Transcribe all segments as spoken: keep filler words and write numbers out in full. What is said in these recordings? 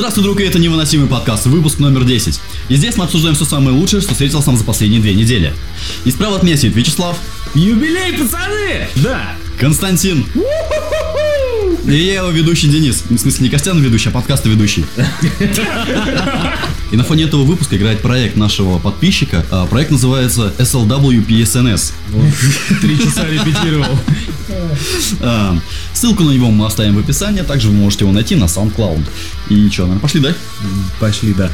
Здравствуй, друг, и это невыносимый подкаст, выпуск номер десять. И здесь мы обсуждаем все самое лучшее, что встретилось нам за последние две недели. И справа от меня сидит Вячеслав. Юбилей, пацаны! Да! Константин. И я его ведущий Денис. В смысле, не Костян ведущий, а подкаста ведущий. И на фоне этого выпуска играет проект нашего подписчика. Проект называется эс эл дабл ю пи эс эн эс. Три часа репетировал. Ссылку на него мы оставим в описании. Также вы можете его найти на SoundCloud. И что, наверное, пошли, да? Пошли, да.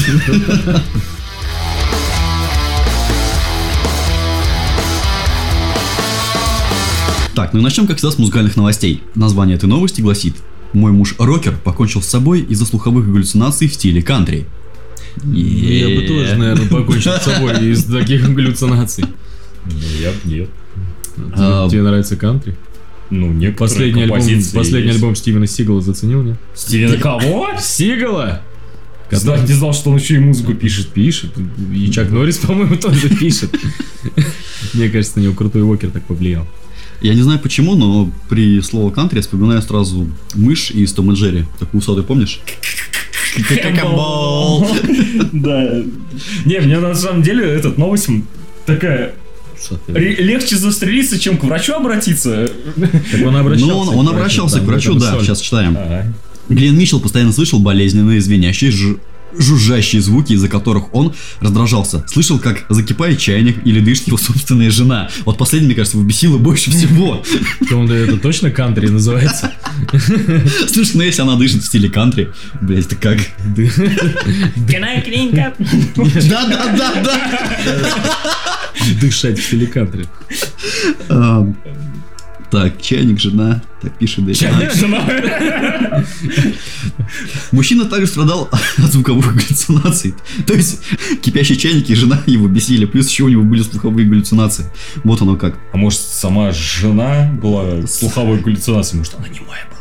Так, ну и начнем, как всегда, с музыкальных новостей. Название этой новости гласит: мой муж рокер покончил с собой из-за слуховых галлюцинаций в стиле кантри. Я бы тоже, наверное, покончил с собой из-за таких галлюцинаций. Я нет. Тебе нравится кантри? Ну, некоторые Последний альбом, композиции последний есть. альбом Стивена Сигала заценил, нет? Стивена кого? Сигала? Который не знал, что он еще и музыку пишет. Пишет. И Чак Норрис, по-моему, тоже пишет. Мне кажется, на него крутой вокер так повлиял. Я не знаю почему, но при слове кантри я вспоминаю сразу мышь из Том и Джерри. Такую усатую, помнишь? Кокобол. Да. Не, мне на самом деле эта новость такая... Легче застрелиться, чем к врачу обратиться. Так он обращался. Ну, он, он обращался к врачу, да, соль. сейчас читаем. Ага. Глен Митчелл постоянно слышал болезненные, звенящие, ж... жужжащие звуки, из-за которых он раздражался. Слышал, как закипает чайник или дышит его собственная жена. Вот последнее, мне кажется, его бесило больше всего. Это точно кантри называется? Слушай, ну если она дышит в стиле кантри, блять, это как? Can I clean up? Да-да-да-да! Дышать в стиле кантри. Так, чайник, жена. Так, пишет Дэйв. Чайник, жена. Мужчина также страдал от звуковых галлюцинаций. То есть, кипящие чайники и жена его бесили. Плюс еще у него были слуховые галлюцинации. Вот оно как. А может, сама жена была слуховой галлюцинацией? Может, она немая была?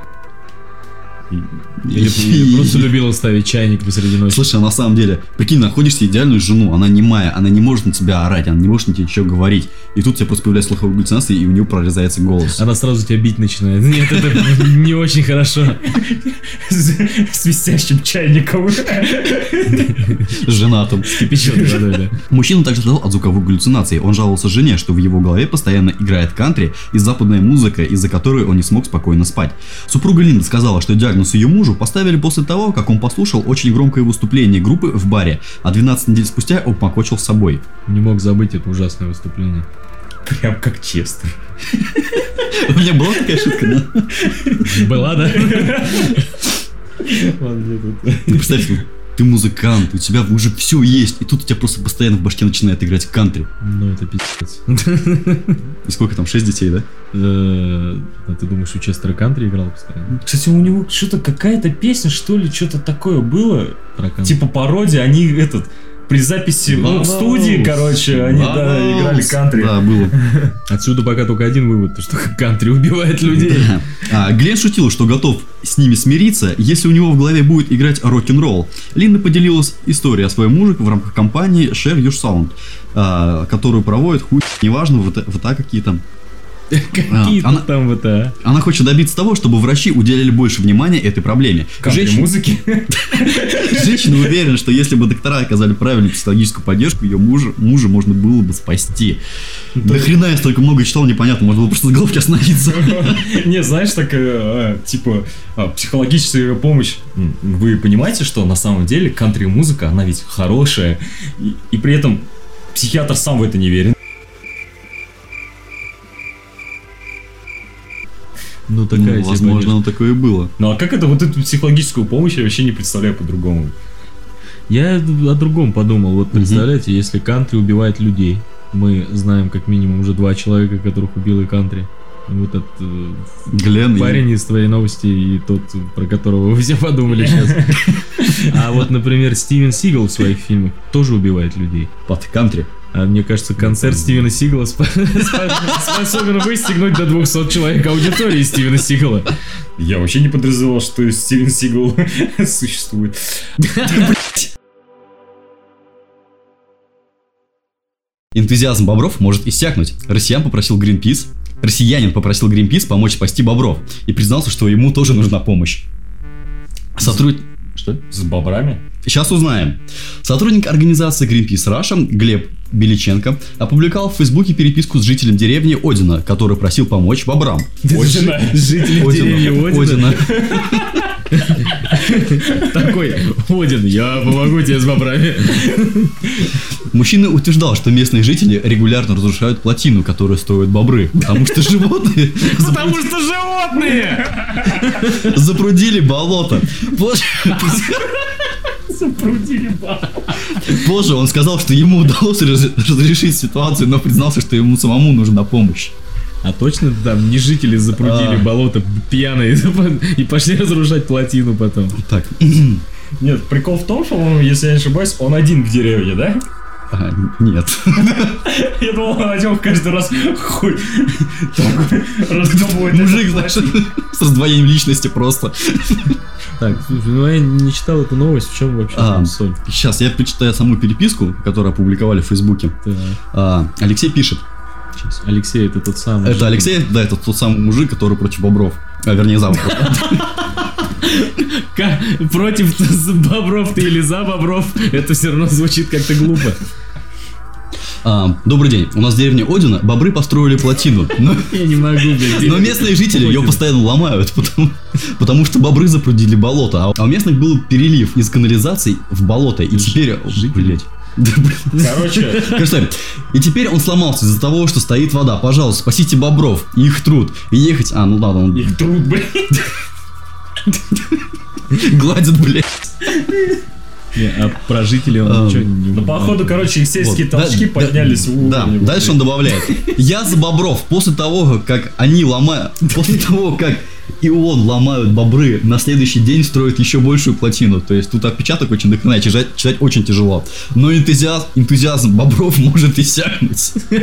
Или просто любила ставить чайник посреди ночи. Слушай, а на самом деле, прикинь, находишь себе идеальную жену, она немая, она не может на тебя орать, она не может на тебя ничего говорить. И тут у тебя просто появляется слуховые галлюцинации, и у нее прорезается голос. Она сразу тебя бить начинает. Нет, это не очень хорошо. Свистящим чайником. С женатым. С кипяченой водой, да. Мужчина также страдал от звуковых галлюцинаций. Он жаловался жене, что в его голове постоянно играет кантри и западная музыка, из-за которой он не смог спокойно спать. Супруга Линда сказала, что диагноз ее мужу поставили после того, как он послушал очень громкое выступление группы в баре, а двенадцать недель спустя он покончил с собой. Не мог забыть это ужасное выступление. Прям как Честер. У меня была такая шутка, да? Была, да? Ты представь, ты музыкант, у тебя уже все есть, и тут у тебя просто постоянно в башке начинает играть кантри. Ну это пиздец. И сколько там, шесть детей, да? А ты думаешь, у Честера кантри играл постоянно? Кстати, у него что-то, какая-то песня, что ли, что-то такое было. Про кантри. Типа пародия, они этот... При записи ну, в студии, короче, они да, играли кантри. Да, было. Отсюда пока только один вывод, что кантри убивает людей. А, Глен шутил, что готов с ними смириться, если у него в голове будет играть рок-н-ролл. Линда поделилась историей о своем муже в рамках компании Share Your Sound, а, которую проводит хуй, неважно, вот, вот так какие-то. Какие-то она, там вот а. Она хочет добиться того, чтобы врачи уделяли больше внимания этой проблеме. Женщина... музыки. Женщина уверена, что если бы доктора оказали правильную психологическую поддержку, ее мужа, мужа можно было бы спасти. Да, да хрена я столько много читал, непонятно, можно было просто с головки остановиться. Не, знаешь, такая, типа, психологическая помощь. Вы понимаете, что на самом деле кантри-музыка, она ведь хорошая, и, и при этом психиатр сам в это не верит. Ну, такая, ну, возможно, оно такое и было. Ну, а как это, вот эту психологическую помощь я вообще не представляю по-другому. Я о другом подумал. Вот представляете, угу. Если кантри убивает людей, мы знаем как минимум уже два человека, которых убил и кантри. Вот этот э, Глен парень и... из твоей новости и тот, про которого вы все подумали сейчас. А вот, например, Стивен Сигал в своих фильмах тоже убивает людей. Под кантри. А мне кажется, концерт Стивена Сигала способен выстегнуть до двухсот человек аудитории Стивена Сигала. Я вообще не подозревал, что Стивен Сигал существует. Энтузиазм бобров может иссякнуть. Россиян попросил Greenpeace, россиянин попросил Greenpeace помочь спасти бобров и признался, что ему тоже нужна помощь. Сотруд... Что? С бобрами? Сейчас узнаем. Сотрудник организации Greenpeace Russia Глеб Беличенко опубликовал в Фейсбуке переписку с жителем деревни Одина, который просил помочь бобрам. Одина. Жители деревни Одина. Такой, Один, я помогу тебе с бобрами. Мужчина утверждал, что местные жители регулярно разрушают плотину, которую строят бобры, потому что животные... Потому что животные! Запрудили болото. Запрудили болото. Позже он сказал, что ему удалось разрешить ситуацию, но признался, что ему самому нужна помощь. А точно там не жители запрудили А. болото пьяные и пошли разрушать плотину потом? Так. Нет, прикол в том, что, он, если я не ошибаюсь, он один в деревне, да? А, нет. Я думал, он один каждый раз хуй такой раздумывает. Мужик, знаешь, с раздвоением личности просто. Так, слушай, ну я не читал эту новость, в чем вообще А, там соль? Сейчас я почитаю саму переписку, которую опубликовали в Фейсбуке. Так. А, Алексей пишет. Сейчас. Алексей, это тот самый. Это Алексей, да, это тот самый мужик, который против бобров. А, вернее, за бобров. Ка- Против бобров ты или за бобров, это все равно звучит как-то глупо. А, добрый день. У нас в деревне Одина бобры построили плотину. Но, Я не могу, блядь. но местные жители ее Одина. постоянно ломают, потому, потому что бобры запрудили болото. А у местных был перелив из канализации в болото. И теперь... Блять. Да, блин. Короче, Короче, и теперь он сломался из-за того, что стоит вода. Пожалуйста, спасите бобров. И их труд. И ехать... А, ну ладно, он их труд, блин. гладит, блядь. Не, а про жителей он А, ничего не... Ну, походу, короче, их сельские Вот. толчки Да, поднялись да, в уровень. Да, вот дальше он добавляет. Я за бобров. После того, как они ломают... После того, как и он ломают бобры, на следующий день строят еще большую плотину. То есть тут отпечаток очень дохрена, читать, читать очень тяжело. Но энтузиазм, энтузиазм бобров может иссякнуть.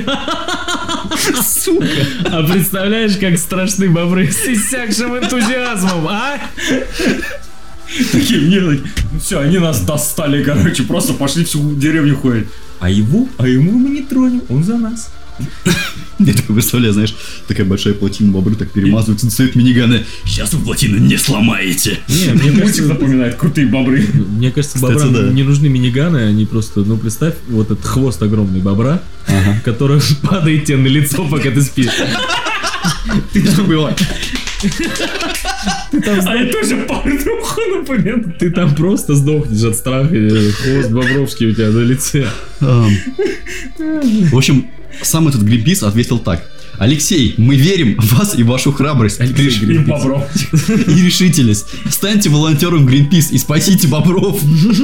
Сука. А представляешь, как страшны бобры с иссякшим энтузиазмом, а? Такие, мне, ну все, они нас достали, короче, просто пошли всю деревню ходить. А его, а ему мы не тронем, он за нас. Я такой представляю, знаешь, такая большая плотина, бобры так перемазываются, достают миниганы. Сейчас вы плотину не сломаете. Не, мне Мультик кажется, напоминает крутые бобры. мне кажется, Кстати, бобрам да. не нужны миниганы, они просто, ну представь, вот этот хвост огромный бобра, который падает тебе на лицо, пока ты спишь. Ты что было? Ты там, А я тоже порнуху напоминаю. ты там просто сдохнешь от страха, и хвост бобровский у тебя на лице. В общем, сам этот Greenpeace ответил так. Алексей, мы верим в вас и вашу храбрость Алексей Реш- И бобров. и решительность. Станьте волонтером Greenpeace и спасите бобров.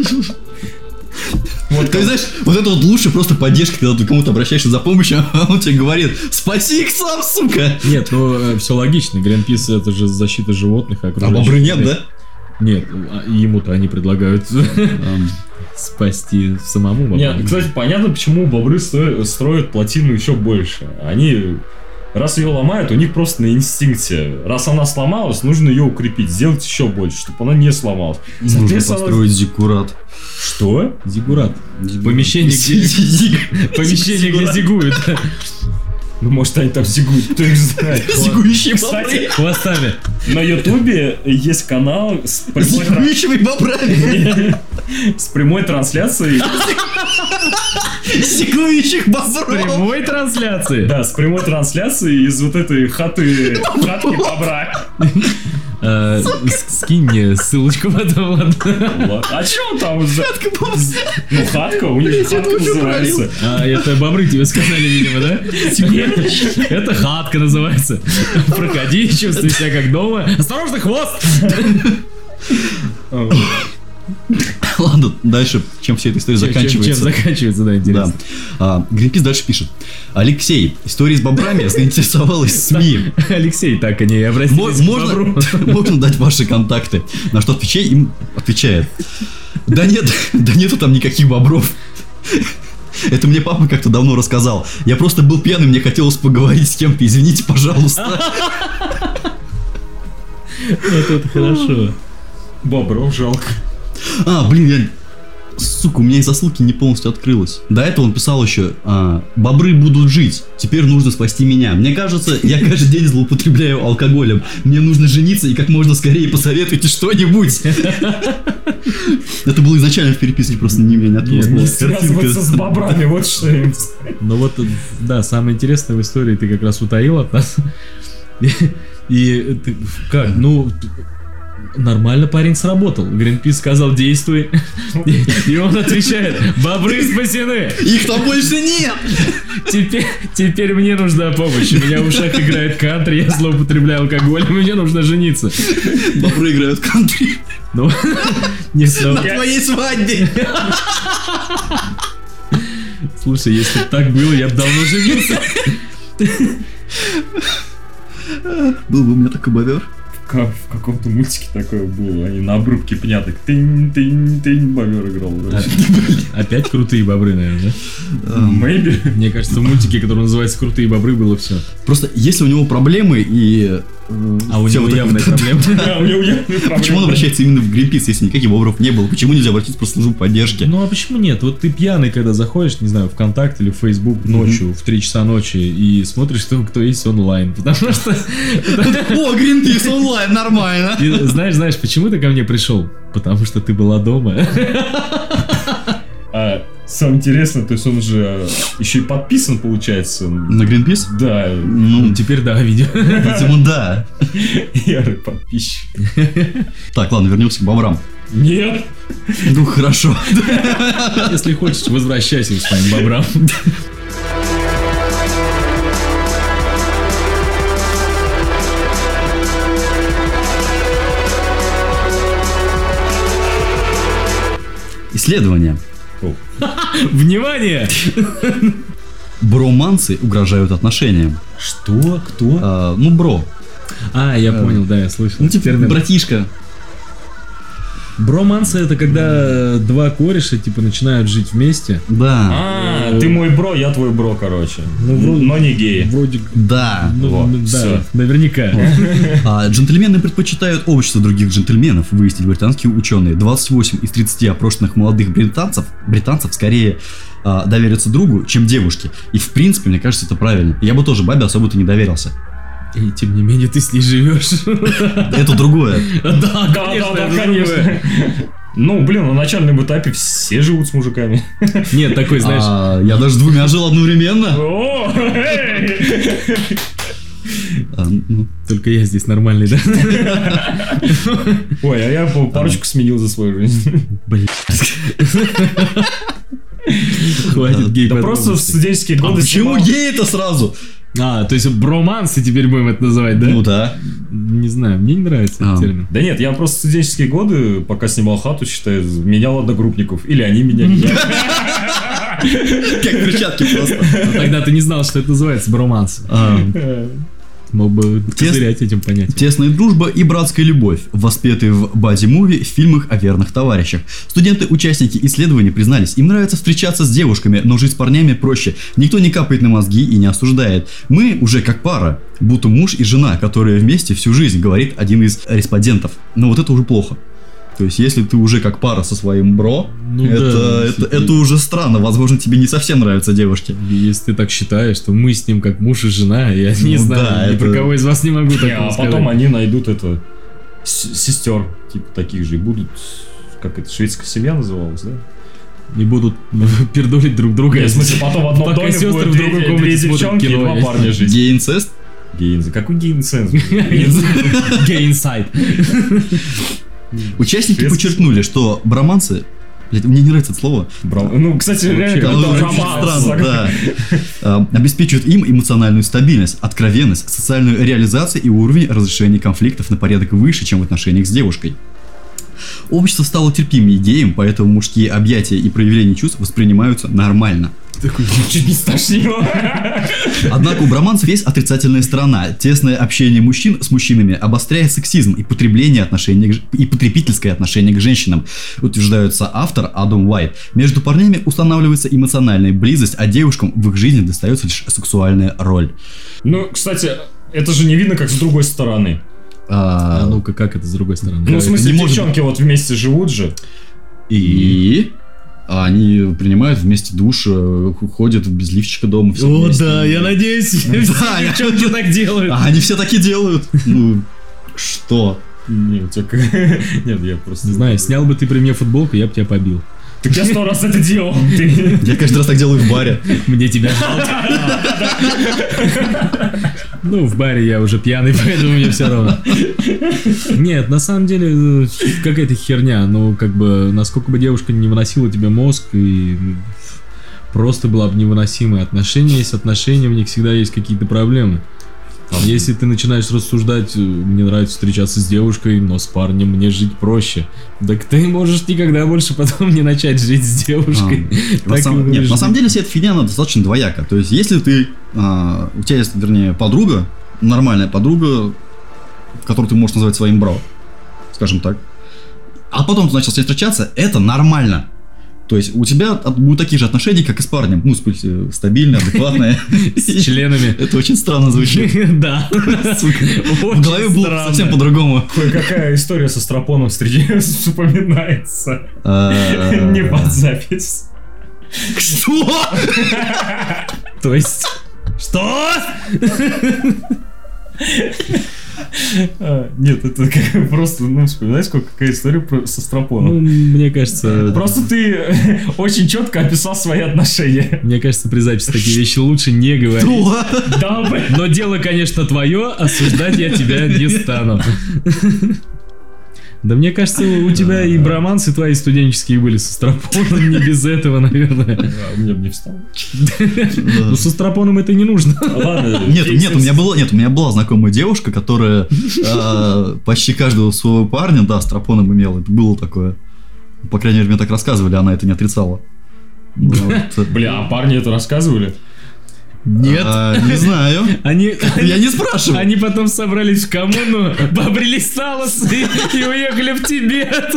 Вот, ты знаешь, вот это вот лучше просто поддержка, когда ты кому-то обращаешься за помощью, а он тебе говорит, спаси их сам, сука. Нет, ну все логично, Greenpeace это же защита животных, А окружающих бобры нет, людей. да? Нет, а ему-то они предлагают спасти самому бобру. Нет, кстати, понятно, почему бобры сто- строят плотину еще больше. Они, раз ее ломают, у них просто на инстинкте. Раз она сломалась, нужно ее укрепить, сделать еще больше, чтобы она не сломалась. Нужно Соответственно, построить зиккурат. Что? Зигурат. Помещение, где, помещение, где зигуют. Ну, может, они там зигуют, кто их знает. Зигующие Кстати, бобры. Хвостами. на Ютубе есть канал с прямой, тра- Зигующими бобрами. с прямой трансляцией. Зигующих бобров. Прямой трансляции. Да, с прямой трансляцией из вот этой хаты, хатки бобра. А, с- Скинь мне ссылочку потом. ладно. А че он там за... Ну, хатка, у них же хатка называется. А, это бобры тебе сказали, видимо, да? Тебе? Это хатка называется. Проходи, чувствуй себя как дома. Осторожно, хвост! Ладно, дальше, чем вся эта история Чем- чем- заканчивается. Чем заканчивается, да, Да. интересно. А, Greenpeace дальше пишет. Алексей, история с бобрами заинтересовалась СМИ. Алексей, так они и Мо- обратились к Можно, бобру. можно дать ваши контакты. На что отвечай, им отвечает. Да нет, да нету там никаких бобров. Это мне папа как-то давно рассказал. Я просто был пьяный, мне хотелось поговорить с кем-то. Извините, пожалуйста. Вот это хорошо. Бобров жалко. А, блин, я Сука, у меня из-за ссылки не полностью открылось. До этого он писал еще, а, бобры будут жить, теперь нужно спасти меня. Мне кажется, я каждый день злоупотребляю алкоголем. Мне нужно жениться и как можно скорее посоветуйте что-нибудь. Это было изначально в переписке, просто не меня. Не связываться с бобрами, вот что. Ну вот, да, самое интересное в истории ты как раз утаил от нас. И ты, как, ну... Нормально парень сработал. Гринпис сказал действуй. И он отвечает: бобры спасены. Их там больше нет. Теперь, теперь мне нужна помощь. У меня в ушах играет кантри, я злоупотребляю алкоголем, мне нужно жениться. Бобры играют кантри. Ну, нет, ну, на твоей свадьбе. Слушай, если бы так было, я бы давно женился. Был бы у меня такой бобер. Как в каком-то мультике такое было, они на обрубке пня так тынь-тынь-тынь, бобер играл. А, опять крутые бобры, наверное, да? Maybe. Мне кажется, в мультике, который называется «Крутые бобры», было все. Просто если у него проблемы и... А у него явные проблемы. У него явные проблемы. Почему он обращается именно в Greenpeace, если никаких бобров не было? Почему нельзя обратиться просто в службу поддержки? Ну а почему нет? Вот ты пьяный, когда заходишь, не знаю, в ВКонтакте или в Facebook ночью, в три часа ночи, и смотришь, кто, кто есть онлайн. Потому что... О, Greenpeace онлайн, нормально. И знаешь, знаешь, почему ты ко мне пришел? Потому что ты была дома. А, самое интересное, то есть он же еще и подписан, получается. На Greenpeace? Да. Ну, теперь да, видео. Видимо, да. Ярый подписчик. Так, ладно, вернемся к бобрам. Нет. Ну, хорошо. Если хочешь, возвращайся к своим бобрам. Исследование. Внимание! Бромансы угрожают отношениям. Что? Кто? А, ну, бро. А, я понял, да, я слышал. Ну, типа, Термин. братишка. Бромансы — это когда два кореша, типа, начинают жить вместе. Да. А, ты мой бро, я твой бро, короче. Ну, вроде- Но не геи. Вроде... Да. Ну, Вот, ну, да, всё. наверняка. А, джентльмены предпочитают общество других джентльменов, выяснили британские ученые. двадцать восемь из тридцати опрошенных молодых британцев, британцев скорее а, доверятся другу, чем девушке. И в принципе, мне кажется, это правильно. Я бы тоже бабе особо-то не доверился. И тем не менее ты с ней живешь. Это другое. Да, Да, конечно, да, это да, конечно. другое. Ну, блин, на начальном этапе все живут с мужиками. Нет, такой, знаешь... А, я даже с двумя жил одновременно. О, эй! А, ну, Только я здесь нормальный, да? Ой, а я по- парочку сменил за свою жизнь. Блин. Хватит гей Да просто в студенческие а годы почему снимал- гей-то сразу? А, то есть бромансы теперь будем это называть, да? Ну да. Не знаю, мне не нравится А. этот термин. Да нет, я просто в студенческие годы, пока снимал хату, считаю, менял одногруппников. Или они меня меняли. Как перчатки просто. Но тогда ты не знал, что это называется броманс. А, Мог бы козырять этим понятием. Тесная дружба и братская любовь, воспетые в бади-муви в фильмах о верных товарищах. Студенты-участники исследований признались, им нравится встречаться с девушками, но жить с парнями проще. Никто не капает на мозги и не осуждает. Мы уже как пара, будто муж и жена, которые вместе всю жизнь, говорит один из респондентов. Но вот это уже плохо. То есть, если ты уже как пара со своим бро, Ну это, да, это, если это ты- уже странно. Возможно, тебе не совсем нравятся девушки. Если ты так считаешь, что мы с ним как муж и жена, я не Ну знаю, да, ни это- про кого из вас не могу Не, такого а сказать. потом они найдут это с- сестер, типа таких же, и будут, как это, шведская семья называлась, да? И будут пердолить друг друга. Нет, в смысле, потом в одном Пока доме сестры будет в две, другой две комнате смотрят девчонки и кино, два я парня знаю. жить. Гей-инцест? Гейнс. Какой гейнсенс? Gay inside. Участники Шведский. подчеркнули, что бромансы... Блядь, мне не нравится это слово. Ну, кстати, Вообще, реально, Оно это очень романс. странно, да. А, обеспечивают им эмоциональную стабильность, откровенность, социальную реализацию и уровень разрешения конфликтов на порядок выше, чем в отношениях с девушкой. Общество стало терпимее геям, поэтому мужские объятия и проявления чувств воспринимаются нормально. Такой, Чуть не стошнило. Однако у броманцев есть отрицательная сторона. Тесное общение мужчин с мужчинами обостряет сексизм и потребление отношения к ж- и потребительское отношение к женщинам, утверждается автор Адам Уайт. Между парнями устанавливается эмоциональная близость, а девушкам в их жизни достается лишь сексуальная роль. Ну, кстати, это же не видно, как с другой стороны. А, а ну-ка, как это с другой стороны? Ну, в смысле, не может девчонки вот вместе живут же. и... А они принимают вместе душ, э, ходят без лифчика дома. Все О, вместе. да, я надеюсь, все Да, я- девчонки так делают. А они все таки делают. Ну, что? Не, у тебя как- Нет, я просто... Не знаю, снял бы ты при мне футболку, я бы тебя побил. Так я сто раз это делал. Ты- Я каждый раз так делаю в баре. Мне тебя жалко. Ну, в баре я уже пьяный, поэтому мне все равно. Нет, на самом деле, э, какая-то херня. Ну, как бы, насколько бы девушка не выносила тебе мозг, и просто было бы невыносимое отношение. Есть отношения, в них всегда есть какие-то проблемы. Если ты начинаешь рассуждать, э, мне нравится встречаться с девушкой, но с парнем мне жить проще. Так ты можешь никогда больше потом не начать жить с девушкой. На Так самом- и Нет, будешь на самом жить. деле вся эта фигня, она достаточно двояка. То есть, если ты, а, у тебя есть, вернее, подруга, нормальная подруга, которую ты можешь назвать своим бро, скажем так, а потом ты начал с ней встречаться, это нормально. То есть, у тебя от- будут такие же отношения, как и с парнем. Ну, в смысле, стабильные, адекватные. С членами. Это очень странно звучит. Да. Сука. В Очень голове было странно. совсем по-другому. Кое-какая история со Страпоном среди вспоминается. А, Не под запись. Что? То есть... Что? А, Нет, это как просто, ну, вспоминай, сколько какая история про- со Ну, Страпоном. мне кажется... Просто ты очень четко описал свои отношения. Мне кажется, при записи такие вещи лучше не говорить. Что? Да, блин. Но дело, конечно, твое, осуждать я тебя не стану. Да мне кажется, у тебя и бромансы твои студенческие были со Страпоном, не без этого, наверное. А, у меня бы не встал. Ну, со Страпоном это не нужно. Ладно. Нет, нет, у меня было, нет, у меня была знакомая девушка, которая э, почти каждого своего парня, да, с тропоном имела. Это было такое. По крайней мере, мне так рассказывали, она это не отрицала. Вот. Бля, а парни это рассказывали? Нет. А, не знаю. Они, Я не спрашивал. они потом собрались в коммуну, побрились на лысо и, и уехали в Тибет.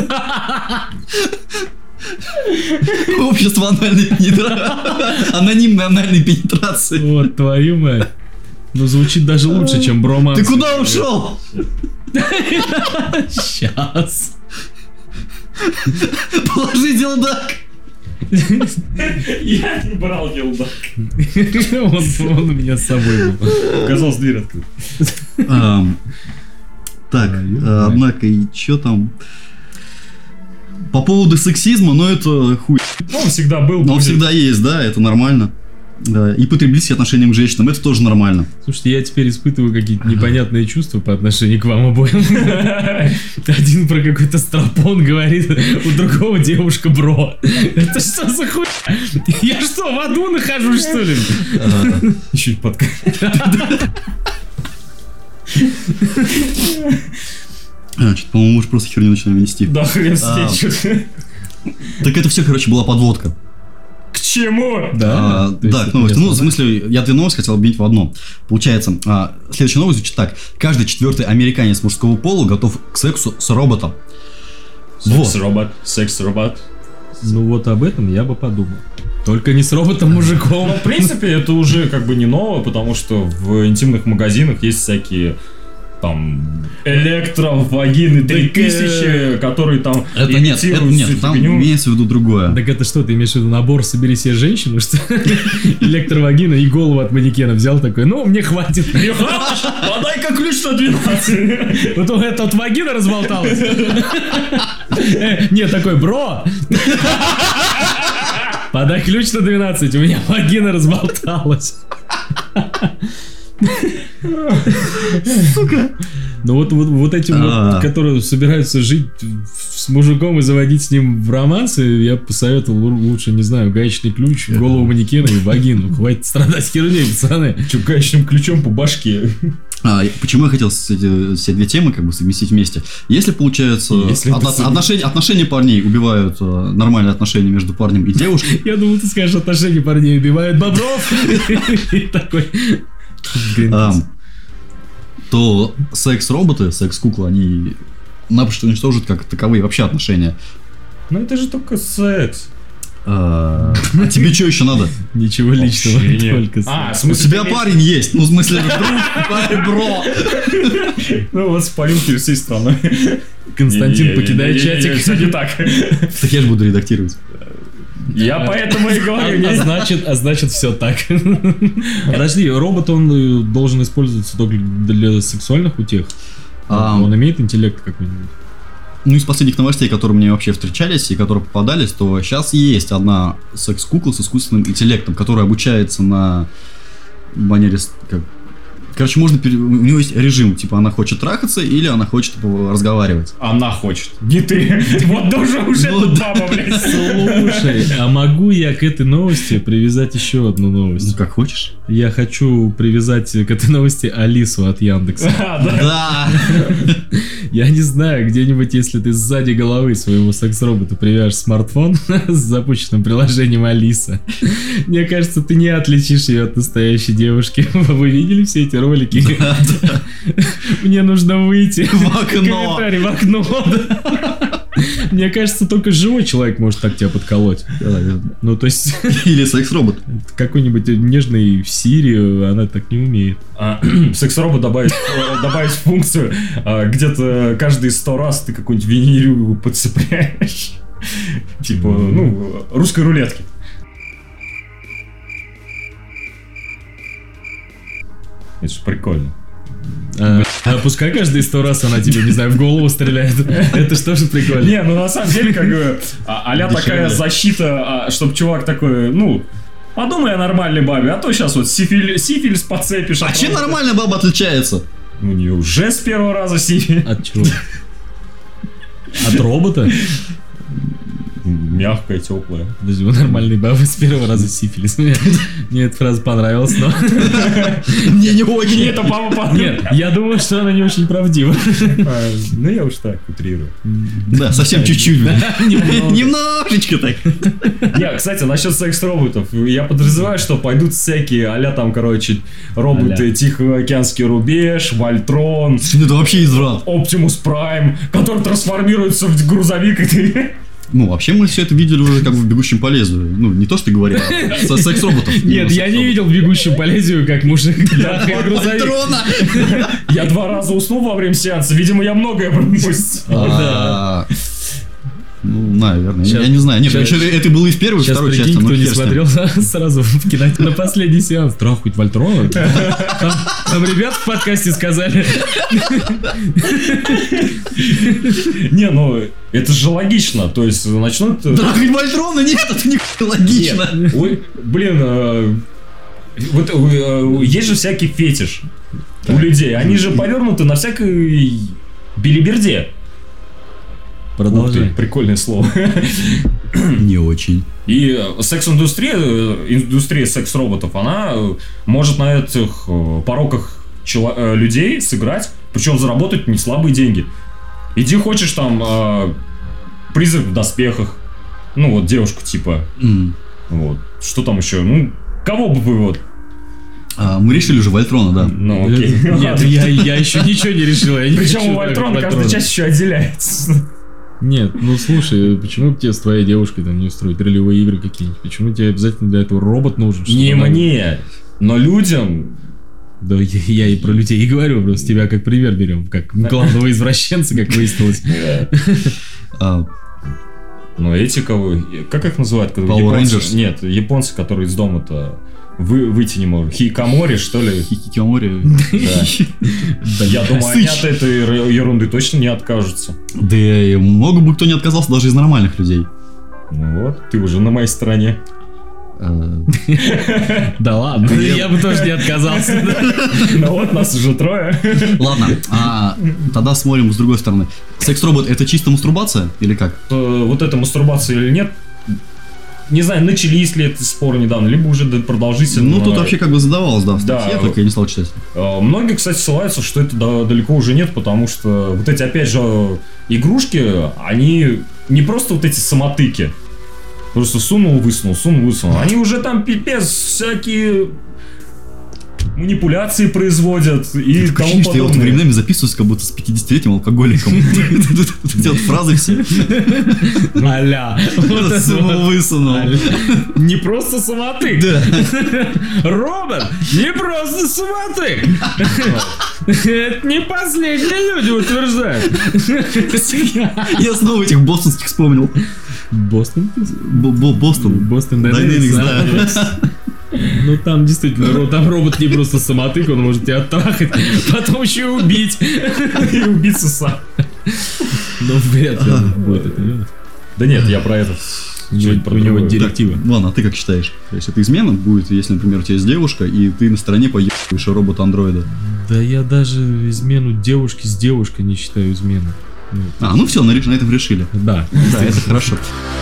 Общество анальной пенетрации. Анонимной анальной пенетрации. Вот твою мать. Ну, звучит даже лучше, чем броманс. Ты куда ушел? Сейчас. Положи делдак. Я не брал елдак. Он, он у меня с собой был. Оказалось, дверь открыта. Ам, Так, Твою э, мать. однако, и чё там? По поводу сексизма, ну это хуй. Ну, он всегда был. Но он будет. всегда есть, да, это нормально. Да, и потребительские отношения к женщинам, это тоже нормально. Слушайте, я теперь испытываю какие-то непонятные чувства по отношению к вам обоим. Один про какой-то стропон говорит, у другого девушка бро. Это что за хуйня? Я что, в аду нахожусь, что ли? А, Еще и подкаст. а, Что-то, по-моему, уже просто херню начинаем вести. Да хрен с ней, А. чё-то. Так это все, короче, была подводка. К чему? Да, А, то есть да, это к новости. Ну, в ясно, да? смысле, я две новости хотел объединить в одно. Получается, а, следующая новость звучит так. Каждый четвертый американец мужского пола готов к сексу с роботом. Вот. Секс-робот, секс-робот. Ну вот об этом я бы подумал. Только не с роботом-мужиком. Ну, в принципе, это уже как бы не ново, потому что в интимных магазинах есть всякие там электровагины три тысячи, которые там Это нет, это имитируют нет, всю там фигню. имеется в виду другое. Так это что, ты имеешь в виду набор «Собери себе женщину», что электровагина и голову от манекена взял такой, ну, мне хватит. Михалыч, подай-ка ключ на двенадцать. Вот эта вот вагина разболталась. Э, Нет, такой, бро, подай ключ на двенадцать, у меня вагина разболталась. Сука. Ну вот, вот, вот этим А. вот, которые собираются жить с мужиком и заводить с ним в романсы, я бы посоветовал лу- лучше, не знаю, гаечный ключ, голову манекена и вагину. Хватит страдать херней, пацаны. Че, гаечным ключом по башке. А, почему я хотел с- эти, все две темы как бы совместить вместе? Если получается Если от- это от- совместить. отношения, отношения парней убивают э, нормальные отношения между парнем и девушкой, Я думал, ты скажешь, отношения парней убивают бобров. И такой... а, то секс-роботы, секс-куклы, они напрочь уничтожат как таковые вообще отношения. Ну это же только секс. А а тебе что еще надо? Ничего личного, Общение. только... А, в У смысле, тебя ты имеешь- парень есть, ну в смысле друг, парень, бро. Ну вот спалил перед всей страной. Константин, покидает Не-не-не-не-не, чатик. всё не так. Так я же буду редактировать. Я поэтому и говорю, А, не а значит, а значит, все так. Подожди, робот он э, должен использоваться только для сексуальных утех? А, Он имеет интеллект какой-нибудь? Ну, из последних новостей, которые мне вообще встречались и которые попадались, то сейчас есть одна секс-кукла с искусственным интеллектом, которая обучается на манере... Как... Короче, можно... пере- У нее есть режим, типа, она хочет трахаться или она хочет типа, разговаривать. Она хочет. Не ты. Вот даже уже Ну тут да. баба, блядь. Слушай, а могу я к этой новости привязать еще одну Ну, новость? как хочешь. Я хочу привязать к этой новости Алису от Яндекса. А, да. Да! Я не знаю, где-нибудь, если ты сзади головы своего секс-робота привяжешь смартфон с запущенным приложением Алиса, мне кажется, ты не отличишь ее от настоящей девушки. Вы видели все эти ролики? Мне нужно выйти. В окно. Комментарий в окно. да. Мне кажется, только живой человек может так тебя подколоть. Да, верно. Ну, то есть, Или секс-робот. какой-нибудь нежный Сири, она так не умеет. А, секс-робот добавить, э, добавить функцию, а, где-то каждые сто раз ты какую-нибудь винирю подцепляешь. Типа, ну, русской рулетки. Это же прикольно. А, а пускай каждые сто раз она тебе, не знаю, в голову стреляет. Это что же прикольно. Не, ну на самом деле, как бы, а- а-ля такая Дешевле. защита, чтобы чувак такой, ну, подумай о нормальной бабе, а то сейчас вот сифили- сифилис подцепишь. А от чем робота. нормальная баба отличается? У нее уже с первого раза сифилис. От чего? От робота? Мягкая, теплая. Подожди, у нормальной бабы с первого раза сифилис. Мне, мне эта фраза понравилась, но... Мне не очень. Не, это папа подумал. Нет, я думаю, что она не очень правдива. А, Ну, я уж так утрирую. Да, совсем чуть-чуть. блин. Немного. Немножечко так. Не, кстати, насчет секс-роботов. Я подразумеваю, что пойдут всякие а-ля там, короче, роботы А-ля. Тихоокеанский рубеж, Вольтрон, Это вообще изврат. Оптимус Прайм, который трансформируется в грузовик, и ты... Ну, вообще мы все это видели уже как бы в «Бегущем по лезвию». Ну, не то, что ты говорил, а со секс-роботов. Нет, я не видел в «Бегущем по лезвию», как мужик трахает грузовик. Патрона! Я два раза уснул во время сеанса, видимо, я многое пропустил. А, Ну, наверное. Щас- Я не знаю. Нет, щас- еще это было и в первой, и Сейчас второй прикинь, части. но кто не хер с ним. смотрел, сразу в кино на последний сеанс. Трахать Вольтрона? Там, там ребята в подкасте сказали. Не, ну, это же логично, то есть начнут... Трахать Вольтрона? Нет, это не логично. Ой, блин, э, вот э, есть же всякий фетиш у людей, они же повернуты на всякой билиберде. Ух ты, Продолжай. прикольное слово. Не очень. И э, секс-индустрия, э, индустрия секс-роботов, она э, может на этих э, пороках чело- э, людей сыграть, причем заработать не слабые деньги. Иди хочешь там э, призрак в доспехах, ну вот девушку типа, М. вот, что там еще, ну, кого бы вы вот, А, мы решили уже Вольтрона, да. ну окей. Нет, я, я еще ничего не решил. Я не Причем хочу у Вольтрона трахать каждая Вольтрона. часть еще отделяется. Нет, ну слушай, почему бы тебе с твоей девушкой там не устроить ролевые игры какие-нибудь? Почему тебе обязательно для этого робот нужен? чтобы Не она- мне, но людям. Да я, я и про людей и говорю, просто тебя как пример берем, как главного извращенца, как выяснилось. А, Ну эти кого, как их называют? когда Power японцы- Rangers? Нет, японцы, которые из дома-то вы, выйти не могут. Хикамори, что ли? Хикикамори. Да. Я думаю, они Сыч. от этой р- ерунды точно не откажутся. Да и много бы кто не отказался даже из нормальных людей. Ну вот, ты уже на моей стороне. А, Да ладно, я бы тоже не отказался. Ну вот, нас уже трое. Ладно, а тогда смотрим с другой стороны. Секс-робот это чисто мастурбация или как? Э, Вот эта мастурбация или нет, не знаю, начались ли эти споры недавно, либо уже д- продолжительно. Ну тут вообще как бы задавалось, да, в Да. статье, только я не стал читать. Э, Многие, кстати, ссылаются, что это да- далеко уже нет, потому что вот эти, опять же, игрушки, они не просто вот эти самотыки. Просто сунул, высунул, сунул, высунул. Они уже там пипец всякие манипуляции производят и Такое тому ощущение, что я вот подобное. временами записываюсь, как будто с пятидесятилетним алкоголиком. Эти вот фразы все. Аля. Вот это Сунул, вот. высунул. Аля. Не просто самотык. Да. Робот, не просто самотык. Это не последние люди утверждают. Я снова этих бостонских вспомнил. Бостон? Бо- Бо- Бостон. Бостон Dynamics, Dynamics, да. Ну там действительно, ро- там робот не просто самотык, он может тебя оттрахать, потом еще и убить. И убиться сам. Но вряд ли он будет это делать. Да нет, я про это. У него- Чуть про у него другое. директива. Ладно, а ты как считаешь? То есть это измена будет, если, например, у тебя есть девушка, и ты на стороне поебаешь робота-андроида? Да я даже измену девушки с девушкой не считаю изменой. Ну, А, ну все, на, на этом решили. да. Да, это хорошо.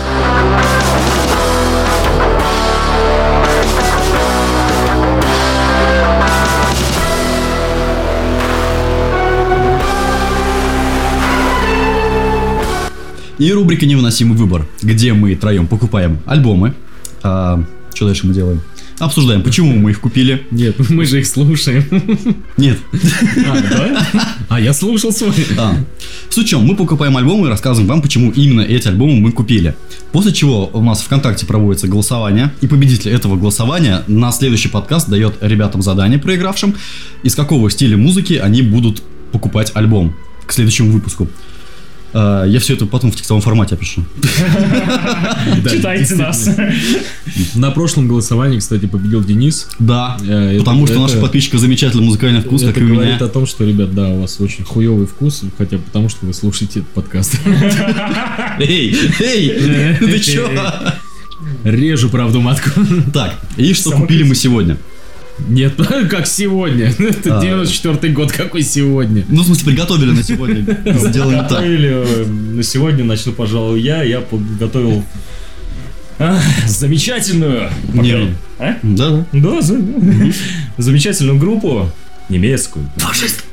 И рубрика «Невыносимый выбор», где мы троем покупаем альбомы. А, что дальше мы делаем? Обсуждаем, почему мы их купили. Нет, мы же их слушаем. Нет. А, да? А я слушал свой. А. Суть в чем, мы покупаем альбомы и рассказываем вам, почему именно эти альбомы мы купили. После чего у нас в ВКонтакте проводится голосование, и победитель этого голосования на следующий подкаст дает ребятам задание, проигравшим, из какого стиля музыки они будут покупать альбом к следующему выпуску. А, я все это потом в текстовом формате опишу. Да, Читайте нас. На прошлом голосовании, кстати, победил Денис. Да, Э, потому это- что у наших это- подписчиков замечательный музыкальный вкус, Это как и у говорит меня. о том, что, ребят, да, у вас очень хуёвый вкус, хотя бы потому, что вы слушаете этот подкаст. Эй, эй, ты чё? Режу правду матку. Так, и что Самокритика. купили мы сегодня? Нет, как сегодня. Это А. девяносто четвёртый год, какой сегодня? Ну, в смысле, приготовили на сегодня. Сделали так. Готовили на сегодня, начну, пожалуй, я. Я подготовил а, замечательную. Не. А? Да, да. Да, за- замечательную группу немецкую. Фашист.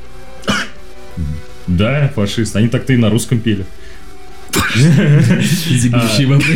Да, фашист. Они так-то и на русском пели. Зигующий вопрос.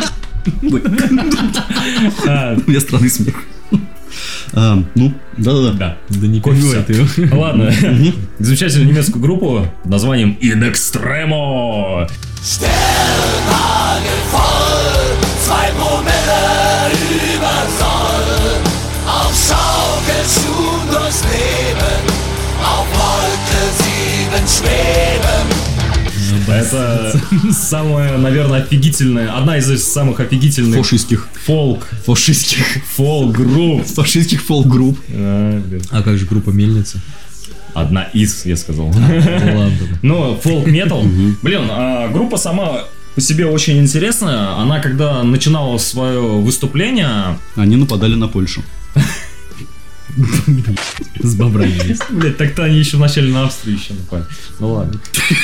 А, У меня странный смех. А, ну, да-да-да. Да. Да не Кофе. пивай ты его. Ладно. Замечательную немецкую группу под названием In Extremo. Sternhagel voll, zwei Promille über Soll. Auf Schaukelstuhl durchs Leben, auf Wolke sieben schweben. Это самая, наверное, офигительная, одна из самых офигительных Фашистских. фолк, Фашистских. фолк-групп. Фашистских фолк-групп. А, блин. А как же группа Мельница? Одна из, я сказал. Ну ладно. Ну, фолк-метал. Блин, а группа сама по себе очень интересная. Она, когда начинала свое выступление... Они нападали на Польшу. С бобрами есть. Блять, так-то они еще вначале на Австрию еще напали. Ну ладно.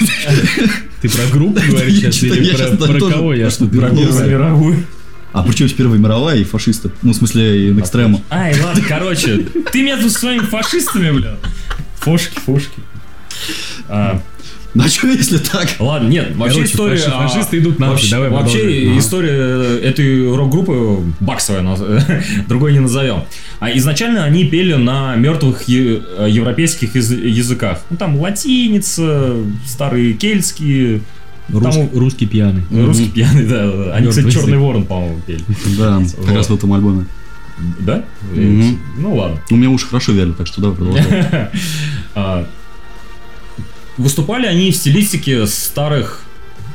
Ты про группу говоришь Я сейчас что-то- или я про щас про тоже кого? Я что-то про не Первую знаю. мировую. А причем Первая мировая и фашисты? Ну, в смысле, и экстрему. Ай, ладно, короче. Ты меня тут с своими фашистами, бля. Фошки, фошки. А, Ну, а что, если так? ладно, нет, вообще Короче, история... фаши- а, фашисты идут нахуй, вообще, давай Вообще продолжим. Ага. история этой рок-группы баксовая, наз- другой не назовем. А изначально они пели на мертвых е- европейских яз- языках. Ну, там латиница, старые кельтские... Рус- Там- Русский пьяный. Русский пьяный, да, да, да. Они, кстати, Мертвый Черный язык. ворон, по-моему, пели. Да, Вот. как раз в этом альбоме. Да? Мгм. Ну ладно. У меня уши хорошо вяли, так что давай продолжай. А, Выступали они в стилистике старых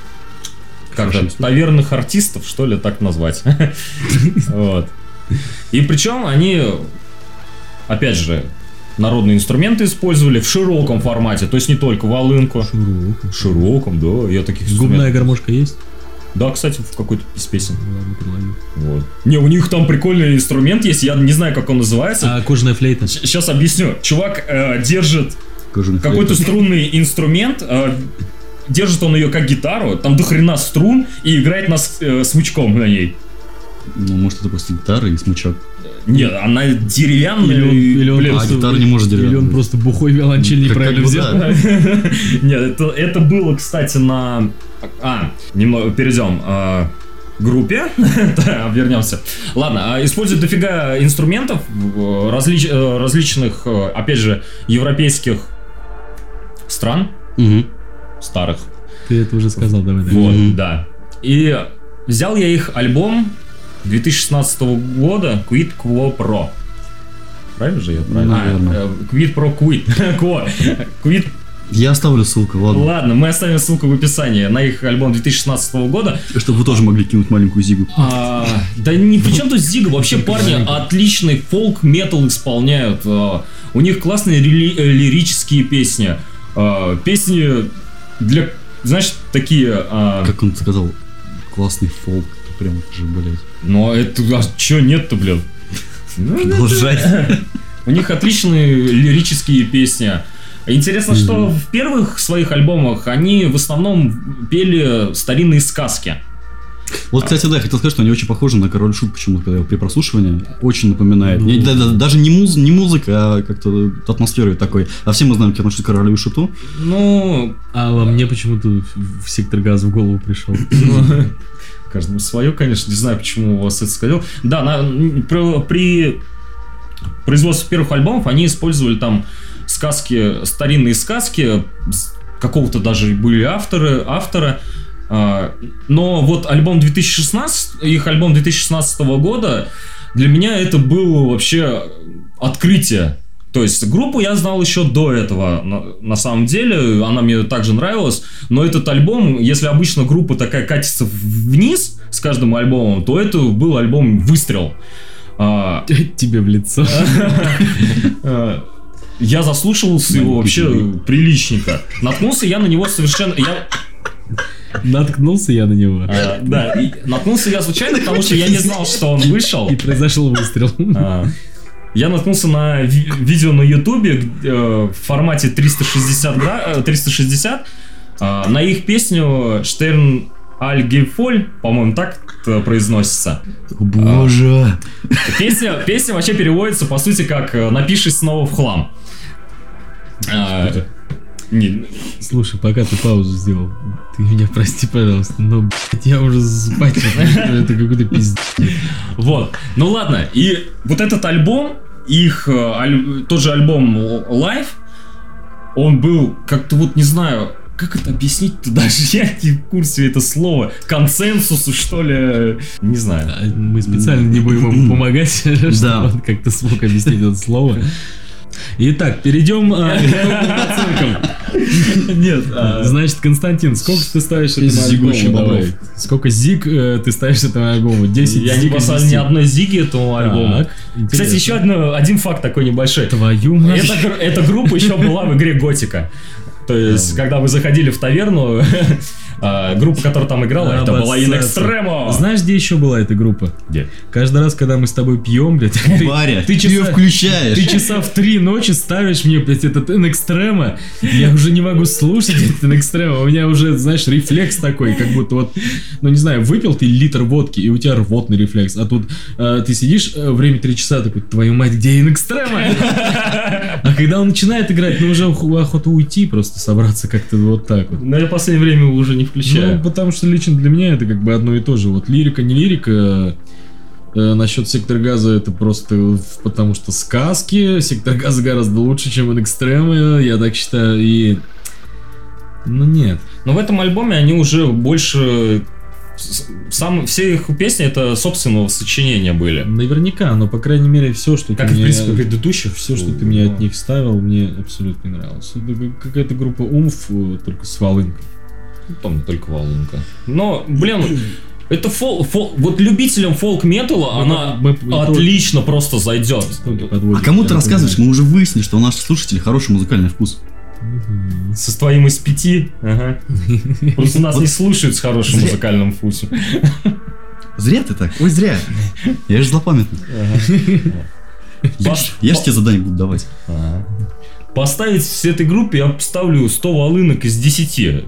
как же, Фашистов. таверных артистов, что ли, так назвать. Вот. И причем они, опять же, народные инструменты использовали в широком формате, то есть не только волынку. В широком, да, я таких Губная инструментов. гармошка есть? Да, кстати, в какой-то из песен. Ладно, предлагаю. Вот. Не, у них там прикольный инструмент есть, я не знаю, как он называется. А кожаная флейта? Сейчас объясню. Чувак э, держит Кожаный какой-то флейт. струнный инструмент, э, держит он ее как гитару, там до хрена струн и играет на с- э, смычком на ней. Ну, может, это просто гитара и смычок. Нет, она деревянная. Или он, и, или он блин, А, просто, гитара не может или деревянная. он просто бухой виолончель Как- неправильно как бы взял. да. Нет, это, это было, кстати, на... А, немного перейдем. а, группе, да, вернемся. Ладно, а, используют дофига инструментов э, различ- э, различных, э, опять же, европейских стран, Мгм. старых. Ты это уже сказал, давай. давай. Вот, Мгм. да. И взял я их альбом две тысячи шестнадцатого года Quid Quo Pro. Правильно же я правильно? Наверное. А, э, Quid Pro Quid. Quo. Quid Я оставлю ссылку, ладно. Ладно, мы оставим ссылку в описании на их альбом две тысячи шестнадцатого года. Чтобы вы тоже могли кинуть маленькую зигу. А, да ни при чем тут зига. Вообще парни отличный фолк-метал исполняют. А, у них классные рели- лирические песни. А, песни для, знаешь, такие... А... Как он сказал, классный фолк. Прям же, блядь. Ну, это... А чё нет-то, блин? Продолжай. У них отличные лирические песни. Интересно, mm-hmm. что в первых своих альбомах они в основном пели старинные сказки. Вот, кстати, да, я хотел сказать, что они очень похожи на Король Шут почему-то при прослушивании. Очень напоминает. Mm-hmm. Да, да, даже не, муз, не музыка, а как-то атмосферой такой. А все мы знаем, как относится к Королю Шуту. Ну... А во мне почему-то в сектор газа в голову пришел. Каждому свое, конечно. Не знаю, почему у вас это сказал. Да, на, при, при производстве первых альбомов они использовали там сказки, старинные сказки. Какого-то даже были авторы, авторы. Но вот альбом две тысячи шестнадцатого, их альбом две тысячи шестнадцатого года, для меня это было вообще открытие. То есть группу я знал еще до этого, на, на самом деле, она мне также нравилась, но этот альбом, если обычно группа такая катится вниз с каждым альбомом, то это был альбом «Выстрел». Тебе в лицо. Я заслушивался его вообще приличненько. Наткнулся я на него совершенно... Я... Наткнулся я на него. А, да, и наткнулся я случайно, потому что я не знал, что он вышел. И произошел выстрел. А, я наткнулся на ви- видео на Ютубе э, в формате триста шестьдесят, гра- триста шестьдесят э, на их песню «Штерн аль Гейфоль», по-моему, так произносится. О, боже! А, песня, песня вообще переводится, по сути, как «Напиши снова в хлам». А, не... Слушай, пока ты паузу сделал, ты меня прости, пожалуйста, но, блядь, я уже спать не это какой-то пиздец. Вот, ну ладно, и вот этот альбом, их, аль... тот же альбом Live, он был как-то вот, не знаю, как это объяснить-то, даже я не в курсе это слово, консенсусу, что ли, не знаю. Мы специально не будем ему помогать, чтобы он как-то смог объяснить это слово. Итак, перейдем а, к оценкам. Нет, а... Значит, Константин, сколько ты ставишь этому альбому? Давай. Сколько зиг э, ты ставишь этому альбому? десять Я не поставил ни одной зиги этому альбому. Так, кстати, еще одно, один факт такой небольшой. Твою мать. Эта, эта группа еще была в игре Готика. То есть, когда вы заходили в таверну, группа, которая там играла, это была In Extremo. Знаешь, где еще была эта группа? Где? Каждый раз, когда мы с тобой пьем, блядь, Варя, ты, ты ее включаешь. Ты часа в три ночи ставишь мне, блядь, этот In Extremo. Я уже не могу слушать этот In Extremo. У меня уже, знаешь, рефлекс такой, как будто вот, ну не знаю, выпил ты литр водки, и у тебя рвотный рефлекс. А тут э, ты сидишь, э, время три часа, такой, твою мать, где In Extremo? А когда он начинает играть, ну уже охота уйти, просто собраться как-то вот так вот. Но я в последнее время уже не включаю. Ну, потому что лично для меня это как бы одно и то же. Вот лирика, не лирика. Э, насчет «Сектор газа» это просто потому что сказки. «Сектор газа» гораздо лучше, чем In Extremo, я так считаю. И... Ну, нет. Но в этом альбоме они уже больше... Сам, все их песни это собственного сочинения были. Наверняка, но по крайней мере все, что как ты и в мне, принципе предыдущих, все, что ты мне от них ставил, мне абсолютно не нравилось. Это какая-то группа Умф, только с волынкой. Помню, только волынка. Но, блин, это фол, фол, вот любителям фолк-металла она мы, мы, отлично то... просто зайдет. А кому ты рассказываешь? Мы уже выяснили, что у наших слушателей хороший музыкальный вкус. Со твоим из пяти. Ага. Просто нас не слушают с хорошим музыкальным вкусом. Зря ты так. Ой, зря. Я же злопамятный. Я же тебе задание буду давать. Поставить с этой группе я поставлю сто волынок из десяти.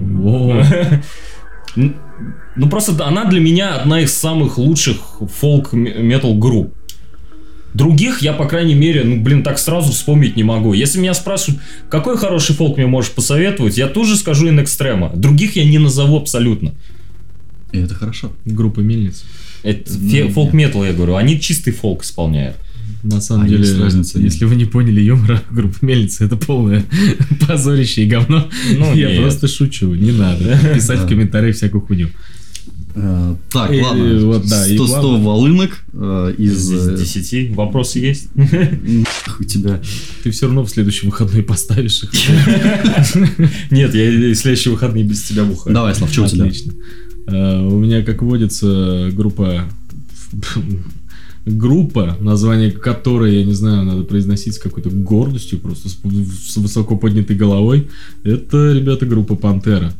Ну просто она для меня одна из самых лучших фолк-метал групп. Других я, по крайней мере, ну, блин, так сразу вспомнить не могу. Если меня спрашивают, какой хороший фолк мне можешь посоветовать, я тоже скажу In Extremo. Других я не назову абсолютно. И это хорошо. Группа Мельниц. Это фе- фолк-метал, я говорю. Они чистый фолк исполняют. На самом а деле, разница, если вы не поняли юмора, группа Мельница — это полное позорище и говно. Ну, я нет. просто шучу, не надо писать в комментариях всякую хуйню. Uh, так, и, ладно, вот, да, сто, сто волынок uh, из... из десяти. Вопросы есть? у тебя. Ты все равно в следующий выходной поставишь их. Нет, я в следующие выходные без тебя бухаю. Давай, Слав, что у тебя? Отлично. А, у меня, как водится, группа... Группа, название которой, я не знаю, надо произносить с какой-то гордостью, просто с, с высоко поднятой головой. Это, ребята, группа Пантера.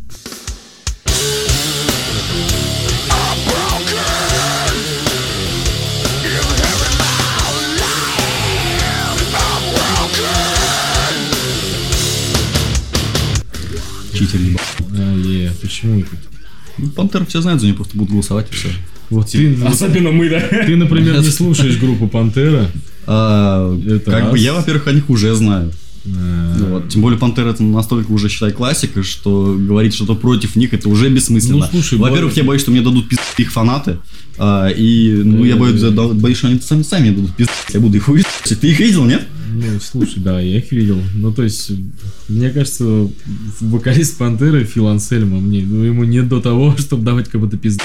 Читер, ебать. А, е, почему это? Ну, Пантера все знают, за нее просто будут голосовать и все. Вот ты, Особенно мы, да? ты, например, не слушаешь группу Пантера. А, Это как раз. бы я, во-первых, о них уже знаю. А, Вот. Тем более Пантера это настолько уже, считай, классика, что говорить что-то против них это уже бессмысленно. Ну, слушай, Во-первых, бо- я боюсь, что мне дадут пиздить их фанаты. а, и ну, я боюсь, да- боюсь, что они сами, сами мне дадут пиздить. Я буду их увидеть. Ты их видел, нет? Ну, слушай, да, я их видел. Ну, то есть, мне кажется, вокалист Пантеры Фил Ансельмо, мне, ну, ему нет до того, чтобы давать кому-то пизды.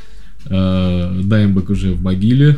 А, Даймбек уже в могиле.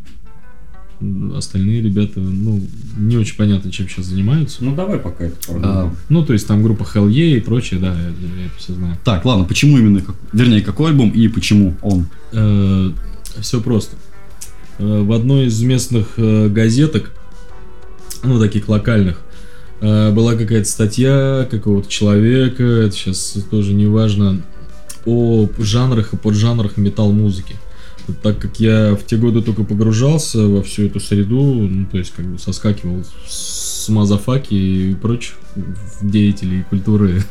Остальные ребята, ну, не очень понятно, чем сейчас занимаются. Ну давай пока это А, продолжим. Ну, то есть, там группа Hell Yeah и прочее, да, я, я это все знаю. Так, ладно, почему именно, как- вернее, какой альбом и почему он? Все просто. Э, В одной из местных э, газеток, ну, таких локальных, э, была какая-то статья какого-то человека, это сейчас тоже не важно, о жанрах и поджанрах метал-музыки. Вот так как я в те годы только погружался во всю эту среду, ну, то есть, как бы соскакивал с мазафаки и прочих деятелей культуры.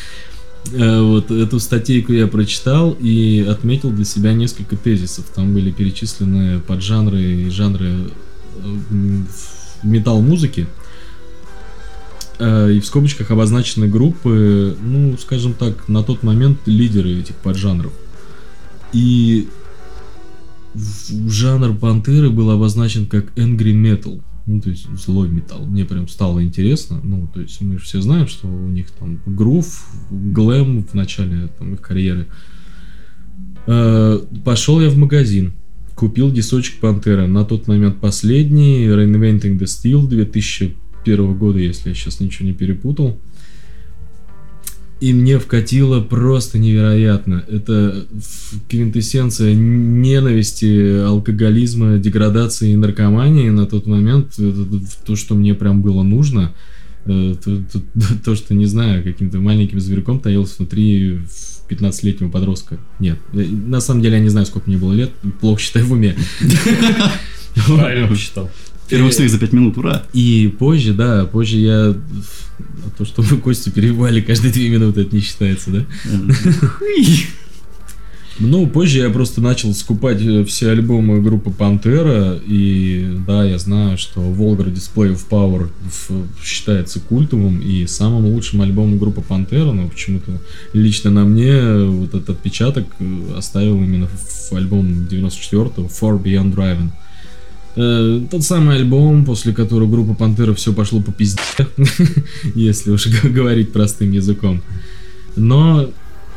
Э, Вот эту статейку я прочитал и отметил для себя несколько тезисов. Там были перечислены поджанры и жанры э, метал-музыки. Э, И в скобочках обозначены группы, ну, скажем так, на тот момент лидеры этих поджанров. И в- жанр Пантеры был обозначен как Angry Metal. Ну, то есть злой металл. Мне прям стало интересно. Ну, то есть мы же все знаем, что у них там грув, глэм в начале там, их карьеры. Э, Пошел я в магазин. Купил дисочек Пантеры. На тот момент последний. Reinventing the Steel две тысячи первого года, если я сейчас ничего не перепутал. И мне вкатило просто невероятно. Это в- квинтэссенция ненависти, алкоголизма, деградации и наркомании на тот момент. Это то, что мне прям было нужно. Э, То, то- то, что, не знаю, каким-то маленьким зверьком таилось внутри пятнадцатилетнего подростка. Нет, э, на самом деле я не знаю, сколько мне было лет. Плохо считаю в уме. Правильно посчитал. Первый снег за пять минут, ура! И позже, да, позже я... То, что вы Костю перебивали каждые две минуты, это не считается, да? Ну, позже я просто начал скупать э, все альбомы группы Пантера, и да, я знаю, что Vulgar Display of Power в- считается культовым и самым лучшим альбомом группы Пантера, но почему-то лично на мне вот этот отпечаток э, оставил именно в альбом девяносто четвёртого Far Beyond Driving. Э, Тот самый альбом, после которого группа Пантера все пошло по пизде, если уж г- говорить простым языком. Но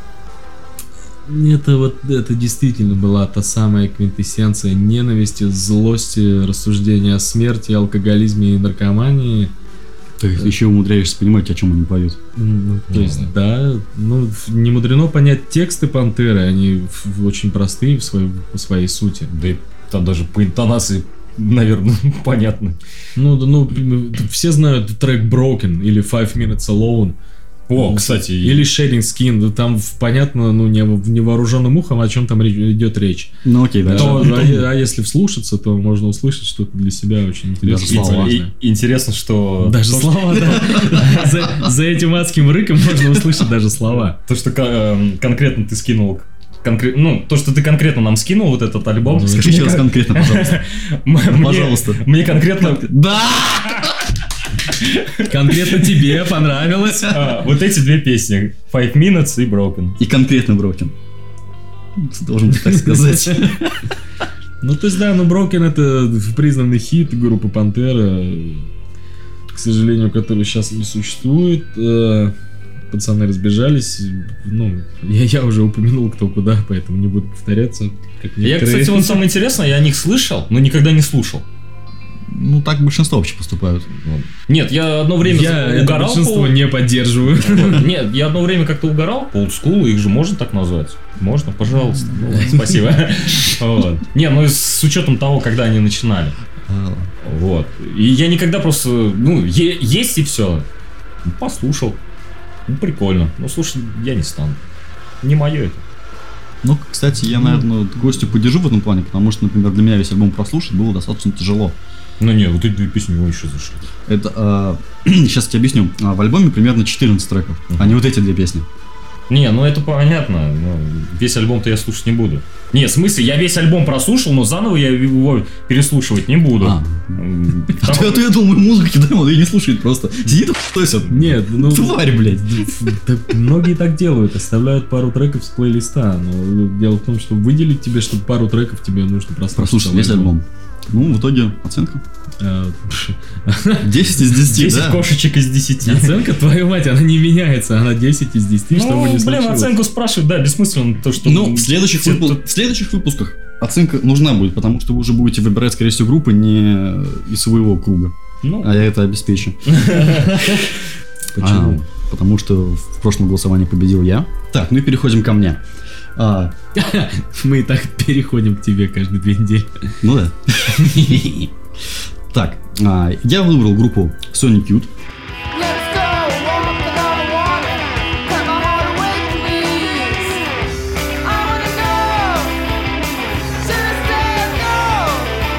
это вот это действительно была та самая квинтэссенция ненависти, злости, рассуждения о смерти, алкоголизме и наркомании. Ты еще умудряешься понимать, о чем они поют. Ну, то есть, да, ну, не мудрено понять тексты Пантеры, они в- очень простые в своей, по своей сути. Да и там даже по интонации, наверное, понятно. Ну, да, ну, все знают трек Broken или Five Minutes Alone. О, кстати, Или Shedding Skin, да, там в- понятно, ну, не, невооруженным ухом, о чем там ре- идет речь. Ну окей, Да, дальше. а, а если вслушаться, то можно услышать что-то для себя очень интересное. Даже слова. и И- полезное. интересно, что... Даже то, что- слова, да. За, за этим адским рыком можно услышать даже слова. То, что ко- эм, конкретно ты скинул... конкре- Ну, то, что ты конкретно нам скинул, вот этот альбом... Ну, Скажи еще раз конкретно, пожалуйста. Мне- Пожалуйста. Мне конкретно... Да! Конкретно тебе понравилось. а, вот эти две песни. Five Minutes и Broken. И конкретно Broken. Ты должен быть так сказать. Ну, то есть, да, ну, Broken — это признанный хит группы Пантера, к сожалению, который сейчас не существует. Э, Пацаны разбежались. Ну, я, я уже упомянул, кто куда, поэтому не буду повторяться. Как Я, некоторые. кстати, вот самое интересное, я о них слышал, но никогда не слушал. Ну, так большинство вообще поступают. Нет, я одно время Я это угорал большинство по... не поддерживаю. Вот, Нет, я одно время как-то угорал по олдскулу, их же можно так назвать? Можно, пожалуйста. Ну, спасибо. Вот. Не, ну с учетом того, когда они начинали. Вот. И я никогда просто, ну, е- есть и все. Послушал. Ну, прикольно. Но слушать я не стану. Не мое это. Ну, кстати, я, наверное, Костю поддержу в этом плане, потому что, например, для меня весь альбом прослушать было достаточно тяжело. Ну не, вот эти две песни его еще зашли. Это, а, сейчас я тебе объясню. А, в альбоме примерно четырнадцать треков, Мгм. а не вот эти две песни. Не, ну это понятно. Ну, весь альбом-то я слушать не буду. Не, в смысле, я весь альбом прослушал, но заново я его переслушивать не буду. А. М, А там- то, а то я думаю, музыки, да, он ее не слушает просто. Сидит и хуесет. Нет, ну... Тварь, блядь. Да, многие так делают, оставляют пару треков с плейлиста, но дело в том, что выделить тебе, чтобы пару треков тебе нужно прослушать. Прослушать весь альбом. Ну, в итоге оценка А, десять из десяти, десять да. кошечек из десяти. Оценка, твою мать, она не меняется, она десять из десяти, что бы Ну, ни блин, случилось. оценку спрашивать, да, бессмысленно. То, что... Ну, в следующих, все выпу- тут- в следующих выпусках оценка нужна будет, потому что вы уже будете выбирать, скорее всего, группы не из своего круга. Ну, А я это обеспечу. Почему? А, потому что в прошлом голосовании победил я. Так, ну и переходим ко мне. А, Мы и так переходим к тебе каждые две недели. ну да. Так, а, я выбрал группу Sonic Youth. Let's go, walk without a water. Cut my heart away, please. I wanna go. Should I say no?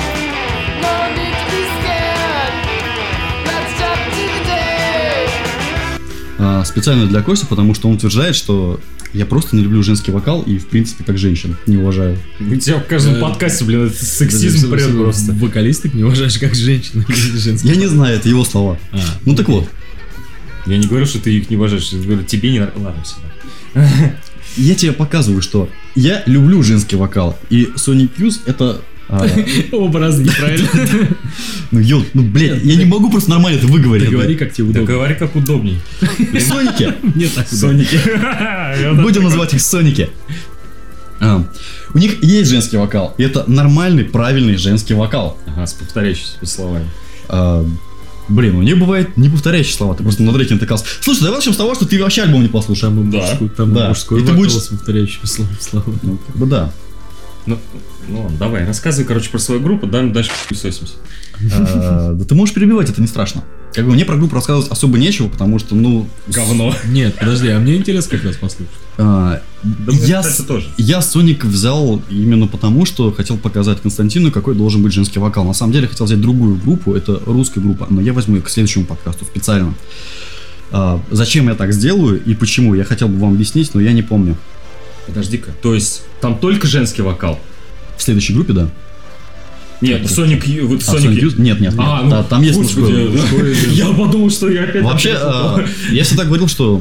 No need to be scared. Let's jump to the day. А, специально для Кости, потому что он утверждает, что я просто не люблю женский вокал и, в принципе, как женщин не уважаю. у тебя в каждом Э, подкасте, блин, это сексизм прет просто. Вокалисток не уважаешь как женщина или женский. Я не знаю, это его слова. А, Ну так вот, Я не говорю, что ты их не уважаешь, я говорю, тебе не нравится. Ладно, всегда. я тебе показываю, что я люблю женский вокал, и Sonic Youth это... а, Образ неправильно. ну, ё, ну, блядь, я не могу просто нормально это выговорить. Ты говори, как тебе Да удобно. говори как удобней. Соники. Мне так удобно. Соники. Будем называть их Соники. А, у них есть женский вокал, и это нормальный, правильный женский вокал. Ага, с повторяющимися словами. А, блин, у них бывает не повторяющие слова, ты просто на треке натыкался. Слушай, давай начнем с того, что ты вообще альбом не послушал. Там и Да. мужской- там Да. и мужской И ты вокал будешь- с повторяющими слов- словами. Ну, как бы да. Ну, ну ладно, давай, рассказывай, короче, про свою группу, да, дальше хуесосимся. А, да ты можешь перебивать, это не страшно. Как бы мне про группу рассказывать особо нечего, потому что, ну... Говно. Нет, подожди, а мне интересно как раз послушать. а, Да мне, я, кстати, с- тоже. я Соник взял именно потому, что хотел показать Константину, какой должен быть женский вокал. На самом деле хотел взять другую группу, это русская группа, но я возьму ее к следующему подкасту специально. А, зачем я так сделаю и почему, я хотел бы вам объяснить, но я не помню. Подожди-ка. То есть, там только женский вокал? В следующей группе, да. Нет, Соник, Ю- вот А, Sonic Sonic Youth? Нет, нет, А, нет. ну, Да, там есть господи, мужской. Я подумал, что я опять... Вообще, а, я всегда говорил, что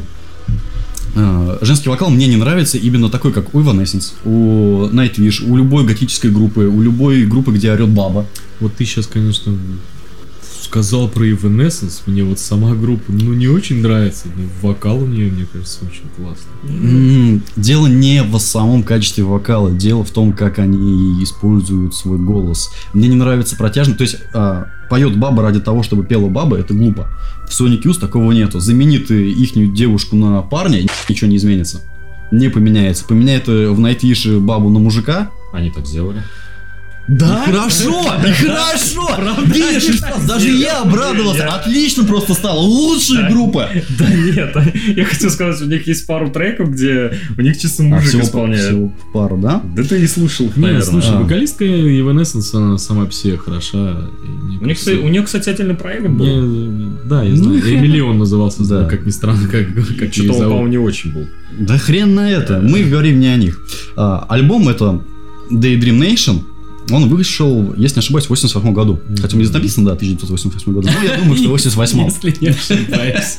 а, женский вокал мне не нравится именно такой, как у Evanescence, у Nightwish, у любой готической группы, у любой группы, где орет баба. Вот ты сейчас, конечно, сказал про Evanescence, мне вот сама группа, ну, не очень нравится, но вокал у нее, мне кажется, очень классный. М, Дело не в самом качестве вокала, дело в том, как они используют свой голос. Мне не нравится протяжно, то есть а, поет баба ради того, чтобы пела баба, это глупо. В Sonic Youth такого нету. Замени ты ихнюю девушку на парня, и ничего не изменится. Не поменяется. Поменяет э, в Nightwish бабу на мужика. Они так сделали. Да? Хорошо, хорошо. Видишь, Стас, даже я обрадовался. Отлично просто стало. Лучшая группа. Да нет, а я хотел сказать, у них есть пару треков, где у них чисто А, мужик всего, исполняет. всего пару, да? Да ты и слушал, Не, наверное. слушай, А. вокалистка Evanescence, она сама по себе хороша. и мне У них, кажется, кстати, у нее, кстати, отдельный проект был. мне- Да, я знаю. Эмили он назывался, Да. как ни странно, как, как Что-то ее он, зовут. по-моему, не очень был. Да хрен на это. Мы говорим не о них. А, альбом это Daydream Nation. Он вышел, если не ошибаюсь, в восемьдесят восьмом году. Хотя мне здесь написано, да, тысяча девятьсот восемьдесят восьмой году. Ну, я думаю, что в восемьдесят восьмом. Если не ошибаюсь.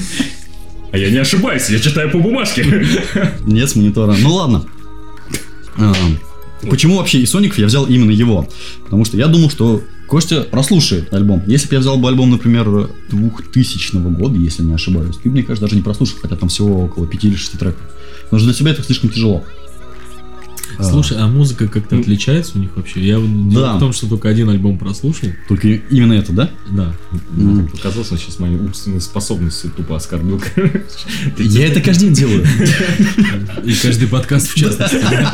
А я не ошибаюсь, я читаю по бумажке. Нет, с монитора. Ну ладно. А, Почему вообще из Соников я взял именно его? Потому что я думал, что Костя прослушает альбом. Если бы я взял бы альбом, например, двухтысячного года, если не ошибаюсь, ты, мне кажется, даже не прослушал, хотя там всего около пяти или шести треков. Потому что для тебя это слишком тяжело. Слушай, а музыка как-то Ну, отличается у них вообще? Я вот дело Да. в том, что только один альбом прослушал. Только именно это, да? Да. Мне так показалось, что сейчас мои умственные способности тупо оскорбил. Я это каждый день делаю. И каждый подкаст в частности.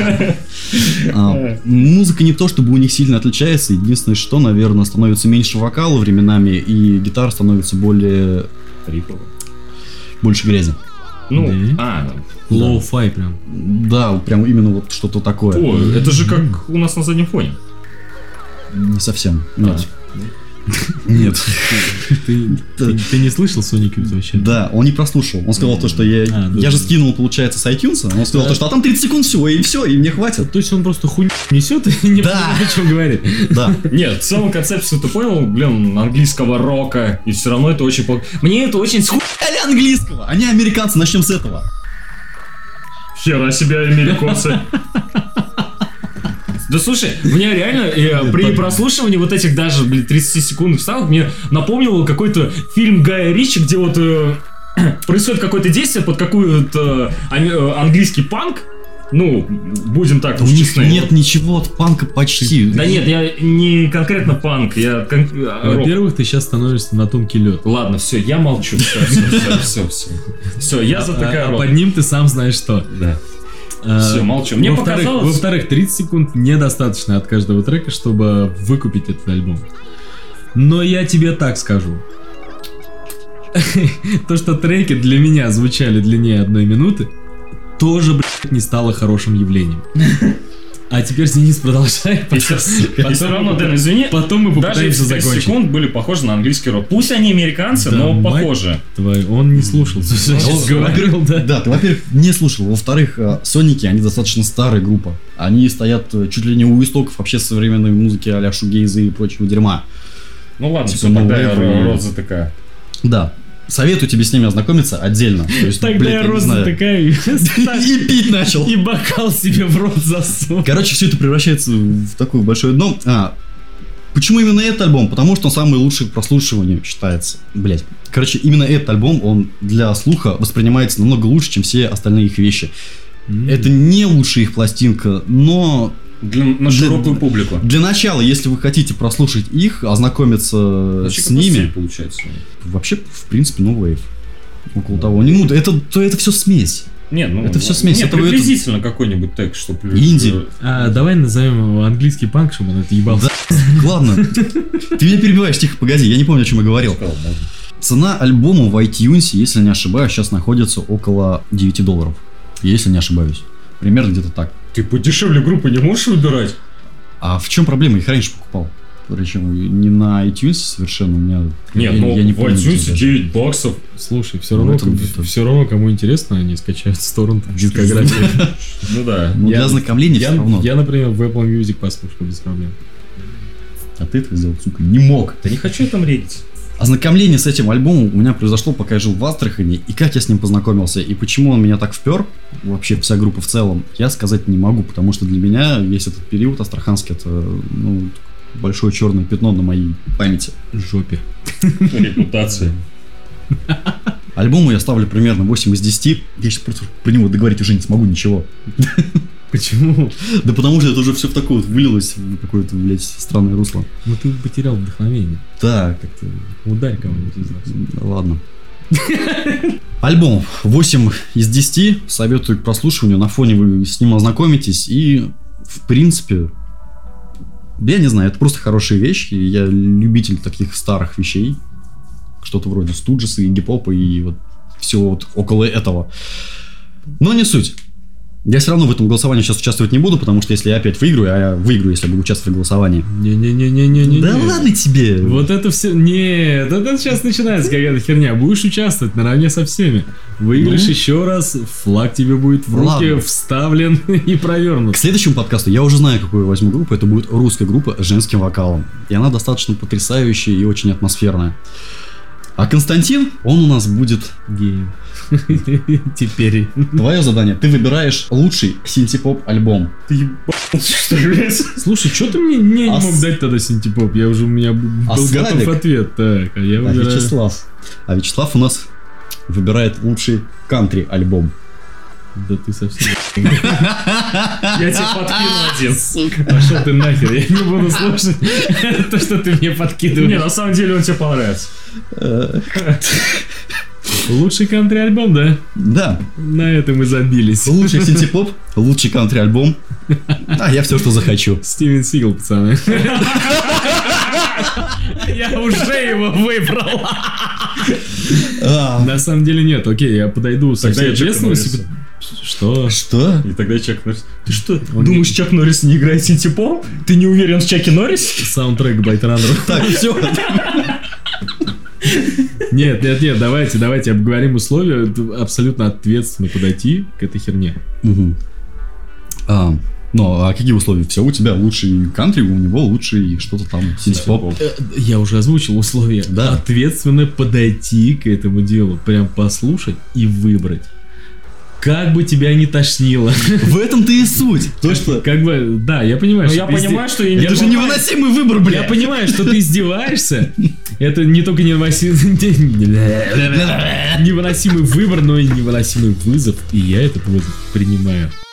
А, Музыка не то, чтобы у них сильно отличается. Единственное, что, наверное, становится меньше вокала временами, и гитара становится более... Рипово. больше грязи. Ну, Да. а, Лоу-фай прям. Да, прям именно вот что-то такое. о, это же как у нас на заднем фоне. Не совсем. Нет. А. Нет. Ты, ты- ты не слышал Sonic Youth вообще? Да, он не прослушал. Он сказал то, что я... А, да, я же да. скинул, получается, с iTunes. Он сказал Да. то, что а там тридцать секунд всего, и все, и мне хватит. То есть он просто хуй несет и не Да. понимает, о чем говорит. Да. Нет, в целом концепцию ты понял, блин, английского рока, и все равно это очень... пох- Мне это очень сху... Или английского. Они американцы, начнем с этого. Хера себе американцы. Да слушай, мне реально э, при прослушивании вот этих даже, блин, тридцатисекундных вставок мне напомнил какой-то фильм Гая Ричи, где вот э, происходит какое-то действие под какой-то ами- э, английский панк. Ну, будем так У уж них честны. нет ничего от панка почти. Да нет, я не конкретно панк, я кон- а, рок. Во-первых, ты сейчас становишься на тонкий лед. Ладно, все, я молчу. Все, все, все, все, все. Все, я затыкаю А рот. под ним ты сам знаешь что. Да. А, Всё, молчу. Мне во-вторых, показалось- Во-вторых, тридцать секунд недостаточно от каждого трека, чтобы выкупить этот альбом. Но я тебе так скажу. То, что треки для меня звучали длиннее одной минуты, тоже, блядь, не стало хорошим явлением. А теперь Денис продолжает. И всё- и все равно, Дэн, извини, Потом мы даже попытаемся эти тридцать закончить. секунд были похожи на английский рок. Пусть они американцы, Да, но мать похожи. Твой, он не слушал, ты сейчас Во- говорил, во-первых, да. Да, ты, во-первых, не слушал. Во-вторых, э, Соники, они достаточно старая группа. Они стоят э, чуть ли не у истоков вообще современной музыки а-ля шугейза и прочего дерьма. Ну ладно, Типа, все, ну, тогда я вейвы. рот затыкаю. Да. Советую тебе с ними ознакомиться отдельно. То есть, Тогда блядь, я не рот знаю. затыкаю И пить начал. и бокал себе в рот засунул. Короче, все это превращается в такое большое дно. А, почему именно этот альбом? Потому что он самый лучший к прослушиванию считается. Блять. Короче, именно этот альбом, он для слуха воспринимается намного лучше, чем все остальные их вещи. Это не лучшая их пластинка, но Для, на Для- широкую публику. для начала, если вы хотите прослушать их, ознакомиться Вообще, с какой стиль ними, получается. вообще, в принципе, ну, вейв. Около того. Не, ну, это, то это все смесь. Не, ну, Это всё смесь, Не, это- приблизительно какой-нибудь тег, чтобы... Инди. А, давай назовем его английский панк, чтобы он это ебал. Да. Ладно. Ты меня перебиваешь, тихо, погоди, я не помню, о чем я говорил. Цена альбома в iTunes, если не ошибаюсь, сейчас находится около девять долларов. Если не ошибаюсь. Примерно где-то так. Ты подешевле группы не можешь выбирать? А в чем проблема? Я их раньше покупал. Причем не на iTunes совершенно у меня... Нет, я, ну я не в помню, где iTunes даже. девять баксов. Слушай, все Ну, равно, это- это- все равно, кому интересно, они скачают с торрента в дискографии. Ну да. Ну, Я- для ознакомления Я, все равно. я, например, в Apple Music послушал без проблем. А ты это сделать, сука, не мог. Да не хочу там рейдить. Ознакомление с этим альбомом у меня произошло, пока я жил в Астрахани, и как я с ним познакомился, и почему он меня так впер, вообще вся группа в целом, я сказать не могу, потому что для меня весь этот период астраханский это, ну, большое черное пятно на моей памяти. Жопе. Репутация. Альбому я ставлю примерно восемь из десяти, я сейчас просто про него договорить уже не смогу ничего. Почему? Да потому что это уже все в такое вот вылилось в какое-то, блядь, странное русло. Ну ты потерял вдохновение. Да, как-то... Ударь кого-нибудь из нас. Ладно. Альбом восемь из десяти. Советую к прослушиванию. На фоне вы с ним ознакомитесь. И, в принципе, я не знаю, это просто хорошие вещи. Я любитель таких старых вещей. Что-то вроде Студжеса и гип-попа и вот всего вот около этого. Но не суть. Я все равно в этом голосовании сейчас участвовать не буду, потому что если я опять выиграю, а я выиграю, если я буду участвовать в голосовании. Не-не-не-не-не-не. Да ладно тебе! Вот это все... Нет, это сейчас начинается какая-то херня. Будешь участвовать наравне со всеми. Выиграешь Ну? еще раз, флаг тебе будет в руки Ладно. вставлен и провернут. К следующему подкасту я уже знаю, какую я возьму группу. Это будет русская группа с женским вокалом. И она достаточно потрясающая и очень атмосферная. А Константин, он у нас будет... Геем. Теперь. Твое задание. Ты выбираешь лучший синтепоп альбом. Ты ебался, что ли, блядь? Слушай, что ты мне не, не А мог с- дать тогда синтепоп? Я уже, у меня б- А был готов Славик? ответ. Так, а я А выбираю... Вячеслав. А Вячеслав у нас выбирает лучший кантри альбом. Да ты совсем... Я тебе подкину один. Пошел ты нахер, я не буду слушать то, что ты мне подкидываешь. Не, на самом деле он тебе понравится. Лучший кантри-альбом, да? Да, На этом мы забились. лучший синти-поп, лучший кантри-альбом. А я все, что захочу. Стивен Сигал, пацаны. Я уже его выбрал. А, На самом деле нет, окей, я подойду со Тогда всей я Чака ответственностью. Норриса. Что? Что? И тогда Чак Норрис. Ты что, Он думаешь, Чак Норрис не играет синтепоп? Ты не уверен в Чаке Норрисе? Саундтрек Байтранеру. Так, все. Нет, нет, нет, давайте, давайте обговорим условия, абсолютно ответственно подойти к этой херне. А, ну, а какие условия? Все, у тебя лучший кантри, у него лучший что-то там, синти-поп. Э, Я уже озвучил условия. Да. Ответственно подойти к этому делу, прям послушать и выбрать. Как бы тебя не тошнило. В этом-то и суть. То, что... Как бы, да, я понимаю, Ну, что я ты изде- понимаю, что... Это же невыносимый выбор, Я бля. понимаю, что ты издеваешься. Это не только невыносимый невыносимый выбор, но и невыносимый вызов. И я этот вызов принимаю.